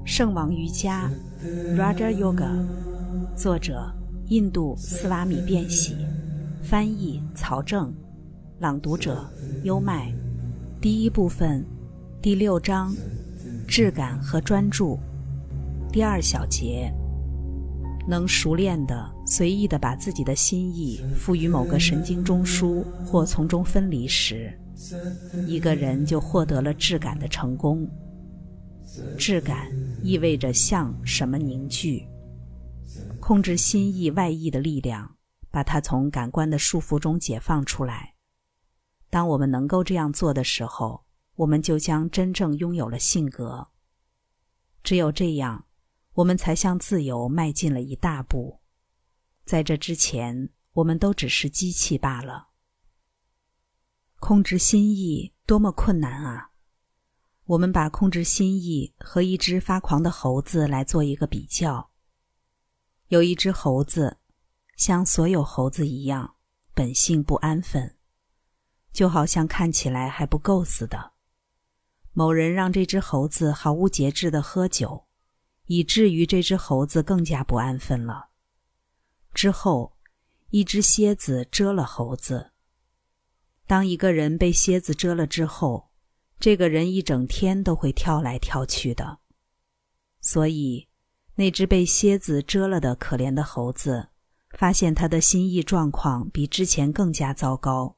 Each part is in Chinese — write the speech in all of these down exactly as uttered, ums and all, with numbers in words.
圣王瑜伽 Raja Yoga， 作者印度斯瓦米辩喜，翻译曹正，朗读者优麦。第一部分，第六章，质感和专注。第二小节，能熟练地随意地把自己的心意赋予某个神经中枢或从中分离时，一个人就获得了质感的成功。质感意味着向什么凝聚，控制心意外溢的力量，把它从感官的束缚中解放出来。当我们能够这样做的时候，我们就将真正拥有了性格。只有这样，我们才向自由迈进了一大步。在这之前，我们都只是机器罢了。控制心意多么困难啊！我们把控制心意和一只发狂的猴子来做一个比较。有一只猴子，像所有猴子一样，本性不安分，就好像看起来还不够似的。某人让这只猴子毫无节制地喝酒，以至于这只猴子更加不安分了。之后，一只蝎子蛰了猴子。当一个人被蝎子蛰了之后，这个人一整天都会跳来跳去的。所以，那只被蝎子蛰了的可怜的猴子，发现他的心意状况比之前更加糟糕。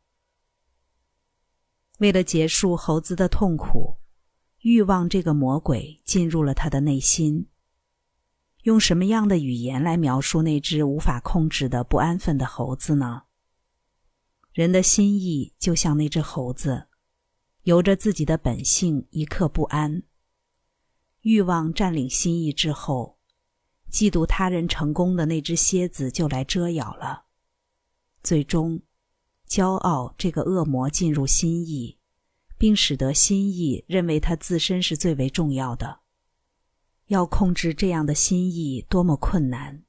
为了结束猴子的痛苦，欲望这个魔鬼进入了他的内心。用什么样的语言来描述那只无法控制的不安分的猴子呢？人的心意就像那只猴子，由着自己的本性一刻不安。欲望占领心意之后，嫉妒他人成功的那只蝎子就来蛰咬了。最终，骄傲这个恶魔进入心意，并使得心意认为它自身是最为重要的。要控制这样的心意多么困难！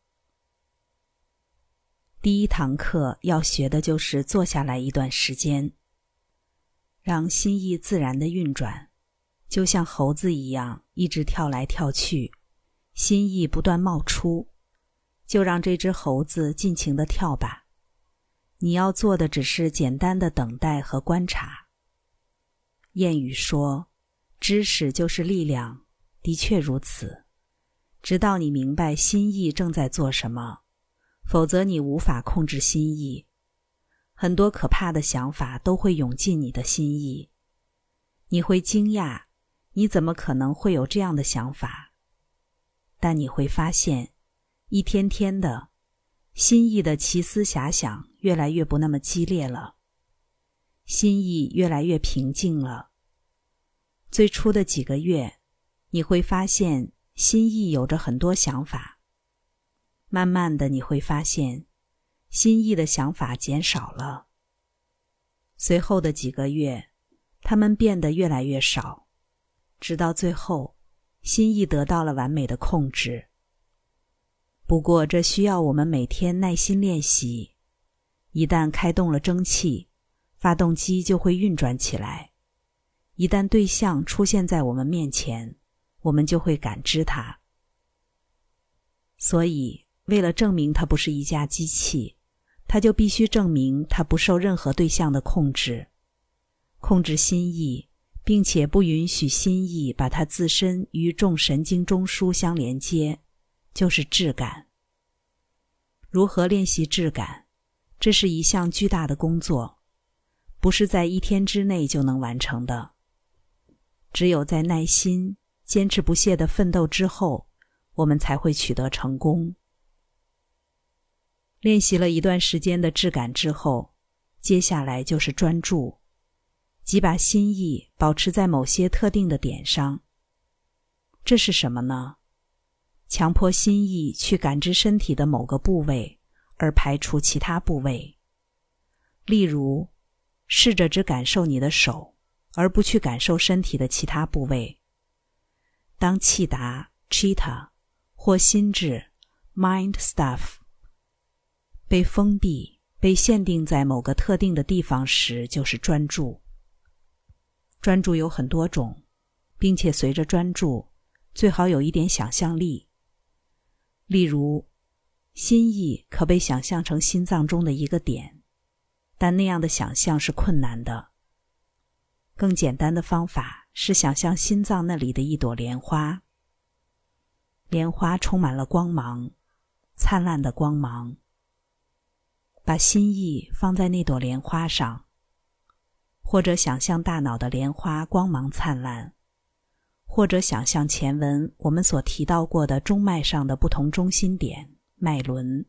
第一堂课要学的就是坐下来一段时间，让心意自然的运转，就像猴子一样一直跳来跳去，心意不断冒出，就让这只猴子尽情地跳吧。你要做的只是简单的等待和观察。谚语说，知识就是力量，的确如此。直到你明白心意正在做什么，否则你无法控制心意。很多可怕的想法都会涌进你的心意。你会惊讶，你怎么可能会有这样的想法？但你会发现，一天天的，心意的奇思遐想越来越不那么激烈了，心意越来越平静了。最初的几个月，你会发现心意有着很多想法。慢慢的你会发现，心意的想法减少了。随后的几个月，它们变得越来越少，直到最后，心意得到了完美的控制。不过这需要我们每天耐心练习。一旦开动了蒸汽，发动机就会运转起来。一旦对象出现在我们面前，我们就会感知它。所以，为了证明它不是一架机器，它就必须证明它不受任何对象的控制。控制心意，并且不允许心意把它自身与众神经中枢相连接，就是质感。如何练习质感？这是一项巨大的工作，不是在一天之内就能完成的。只有在耐心、坚持不懈的奋斗之后，我们才会取得成功。练习了一段时间的质感之后，接下来就是专注，即把心意保持在某些特定的点上。这是什么呢？强迫心意去感知身体的某个部位，而排除其他部位。例如，试着只感受你的手，而不去感受身体的其他部位。当气达 Chitta 或心智 Mind Stuff 被封闭、被限定在某个特定的地方时，就是专注。专注有很多种，并且随着专注， 最好有一点想象力。例如，心意可被想象成心脏中的一个点，但那样的想象是困难的。更简单的方法是想象心脏那里的一朵莲花。莲花充满了光芒，灿烂的光芒。把心意放在那朵莲花上，或者想象大脑的莲花光芒灿烂，或者想象前文我们所提到过的中脉上的不同中心点脉轮。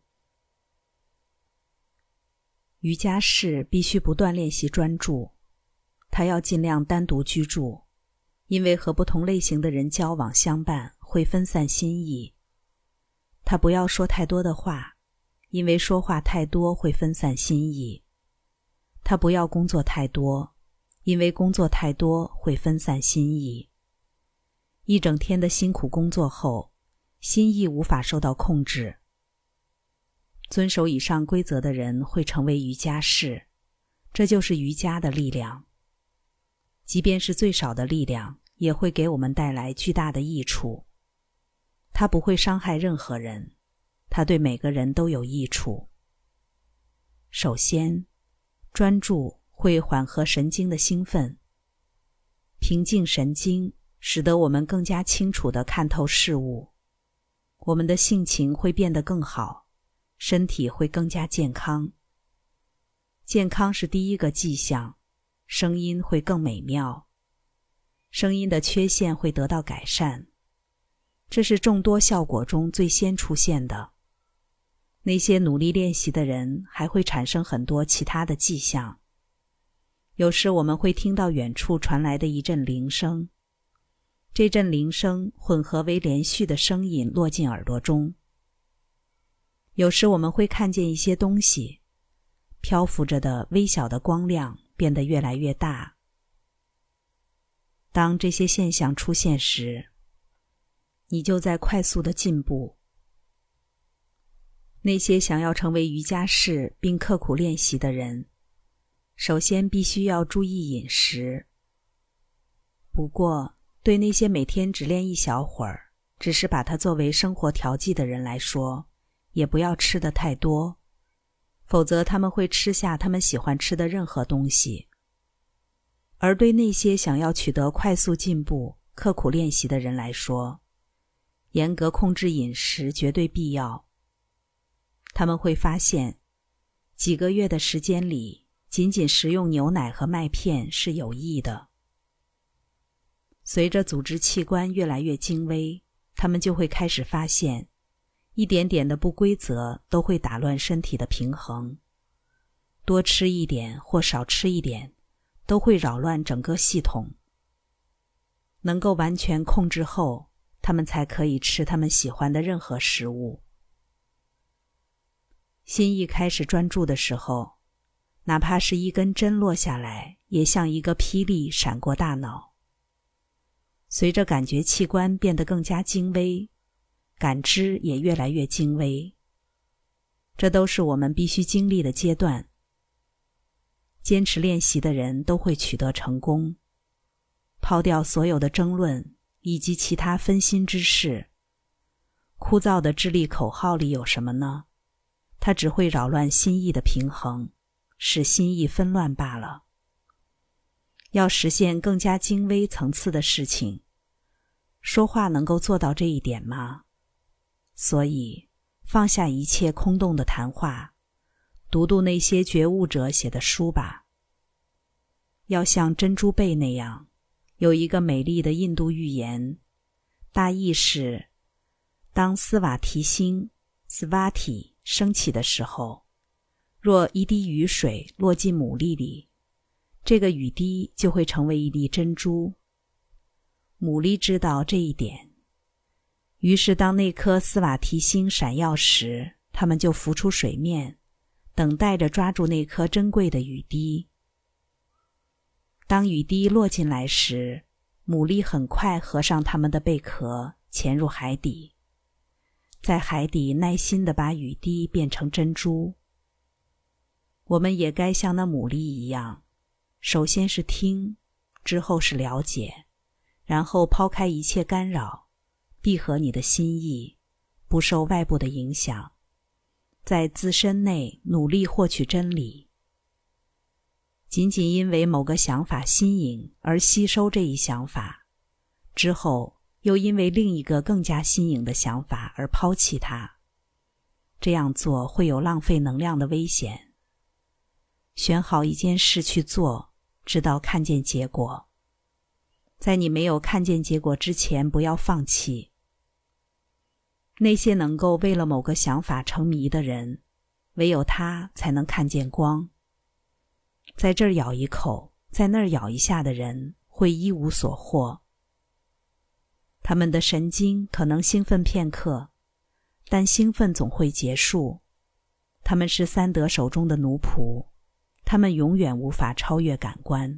瑜伽士必须不断练习专注，他要尽量单独居住，因为和不同类型的人交往相伴会分散心意。他不要说太多的话，因为说话太多会分散心意。他不要工作太多，因为工作太多会分散心意。一整天的辛苦工作后，心意无法受到控制。遵守以上规则的人会成为瑜伽士，这就是瑜伽的力量。即便是最少的力量，也会给我们带来巨大的益处。它不会伤害任何人，它对每个人都有益处。首先，专注会缓和神经的兴奋，平静神经使得我们更加清楚地看透事物，我们的性情会变得更好，身体会更加健康。健康是第一个迹象，声音会更美妙，声音的缺陷会得到改善，这是众多效果中最先出现的。那些努力练习的人还会产生很多其他的迹象。有时我们会听到远处传来的一阵铃声，这阵铃声混合为连续的声音落进耳朵中。有时我们会看见一些东西，漂浮着的微小的光亮变得越来越大。当这些现象出现时，你就在快速的进步。那些想要成为瑜伽士并刻苦练习的人，首先必须要注意饮食。不过，对那些每天只练一小会儿，只是把它作为生活调剂的人来说，也不要吃得太多，否则他们会吃下他们喜欢吃的任何东西。而对那些想要取得快速进步、刻苦练习的人来说，严格控制饮食绝对必要。他们会发现，几个月的时间里，仅仅食用牛奶和麦片是有益的。随着组织器官越来越精微，他们就会开始发现，一点点的不规则都会打乱身体的平衡。多吃一点或少吃一点，都会扰乱整个系统。能够完全控制后，他们才可以吃他们喜欢的任何食物。心一开始专注的时候，哪怕是一根针落下来，也像一个霹雳闪过大脑。随着感觉器官变得更加精微，感知也越来越精微。这都是我们必须经历的阶段。坚持练习的人都会取得成功。抛掉所有的争论以及其他分心之事。枯燥的智力口号里有什么呢？它只会扰乱心意的平衡，使心意纷乱罢了。要实现更加精微层次的事情，说话能够做到这一点吗？所以，放下一切空洞的谈话，读读那些觉悟者写的书吧。要像珍珠贝那样，有一个美丽的印度寓言，大意是：当斯瓦提星 Svati 升起的时候，若一滴雨水落进牡蛎里，这个雨滴就会成为一粒珍珠。牡蛎知道这一点，于是当那颗斯瓦提星闪耀时，它们就浮出水面，等待着抓住那颗珍贵的雨滴。当雨滴落进来时，牡蛎很快合上它们的贝壳，潜入海底，在海底耐心地把雨滴变成珍珠。我们也该像那牡蛎一样，首先是听，之后是了解，然后抛开一切干扰， 闭合你的心意，不受外部的影响，在自身内努力获取真理。仅仅因为某个想法新颖而吸收这一想法，之后又因为另一个更加新颖的想法而抛弃它，这样做会有浪费能量的危险。选好一件事去做，直到看见结果。在你没有看见结果之前，不要放弃。那些能够为了某个想法沉迷的人，唯有他才能看见光。在这儿咬一口，在那儿咬一下的人会一无所获。他们的神经可能兴奋片刻，但兴奋总会结束。他们是三德手中的奴仆，他们永远无法超越感官。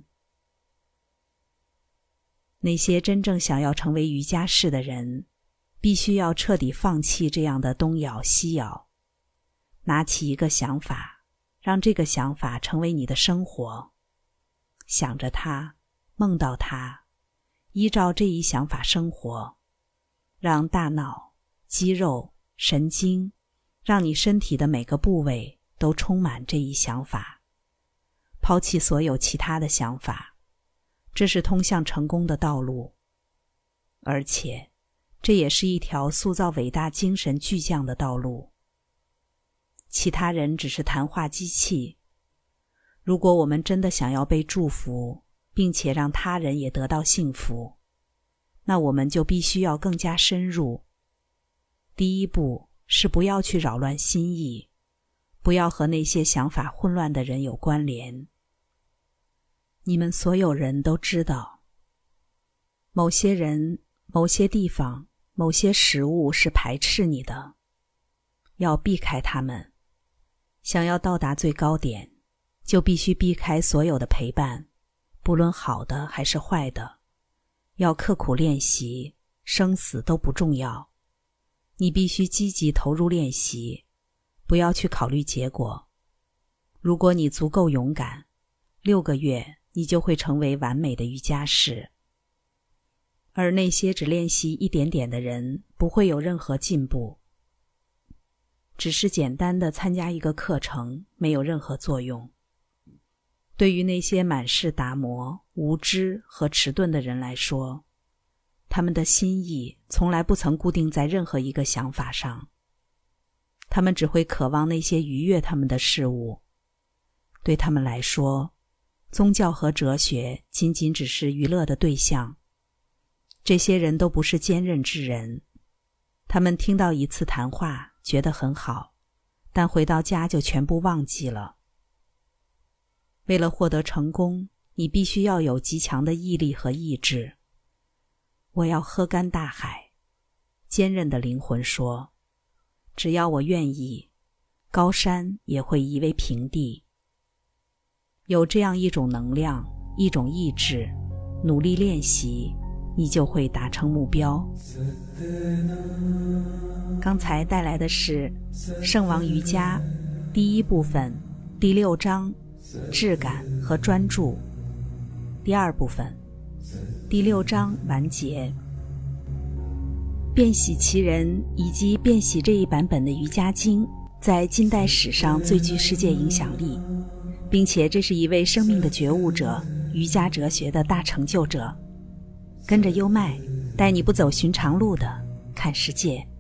那些真正想要成为瑜伽士的人，必须要彻底放弃这样的东咬西咬，拿起一个想法，让这个想法成为你的生活，想着它，梦到它，依照这一想法生活，让大脑、肌肉、神经，让你身体的每个部位都充满这一想法，抛弃所有其他的想法。这是通向成功的道路，而且这也是一条塑造伟大精神巨匠的道路。其他人只是谈话机器。如果我们真的想要被祝福，并且让他人也得到幸福，那我们就必须要更加深入。第一步是不要去扰乱心意，不要和那些想法混乱的人有关联。你们所有人都知道，某些人、某些地方、某些食物是排斥你的，要避开他们。想要到达最高点，就必须避开所有的陪伴，不论好的还是坏的。要刻苦练习，生死都不重要。你必须积极投入练习，不要去考虑结果。如果你足够勇敢，六个月你就会成为完美的瑜伽士。而那些只练习一点点的人，不会有任何进步。只是简单的参加一个课程，没有任何作用。对于那些满是打磨、无知和迟钝的人来说，他们的心意从来不曾固定在任何一个想法上。他们只会渴望那些愉悦他们的事物。对他们来说，宗教和哲学仅仅只是娱乐的对象。这些人都不是坚韧之人。他们听到一次谈话，觉得很好，但回到家就全部忘记了。为了获得成功，你必须要有极强的毅力和意志。我要喝干大海。坚韧的灵魂说，只要我愿意，高山也会夷为平地。有这样一种能量，一种意志，努力练习，你就会达成目标。刚才带来的是圣王瑜伽第一部分第六章质感和专注，第二部分第六章完结。变喜其人以及变喜这一版本的瑜伽经在近代史上最具世界影响力，并且这是一位生命的觉悟者，瑜伽哲学的大成就者。跟着优麦，带你不走寻常路的看世界。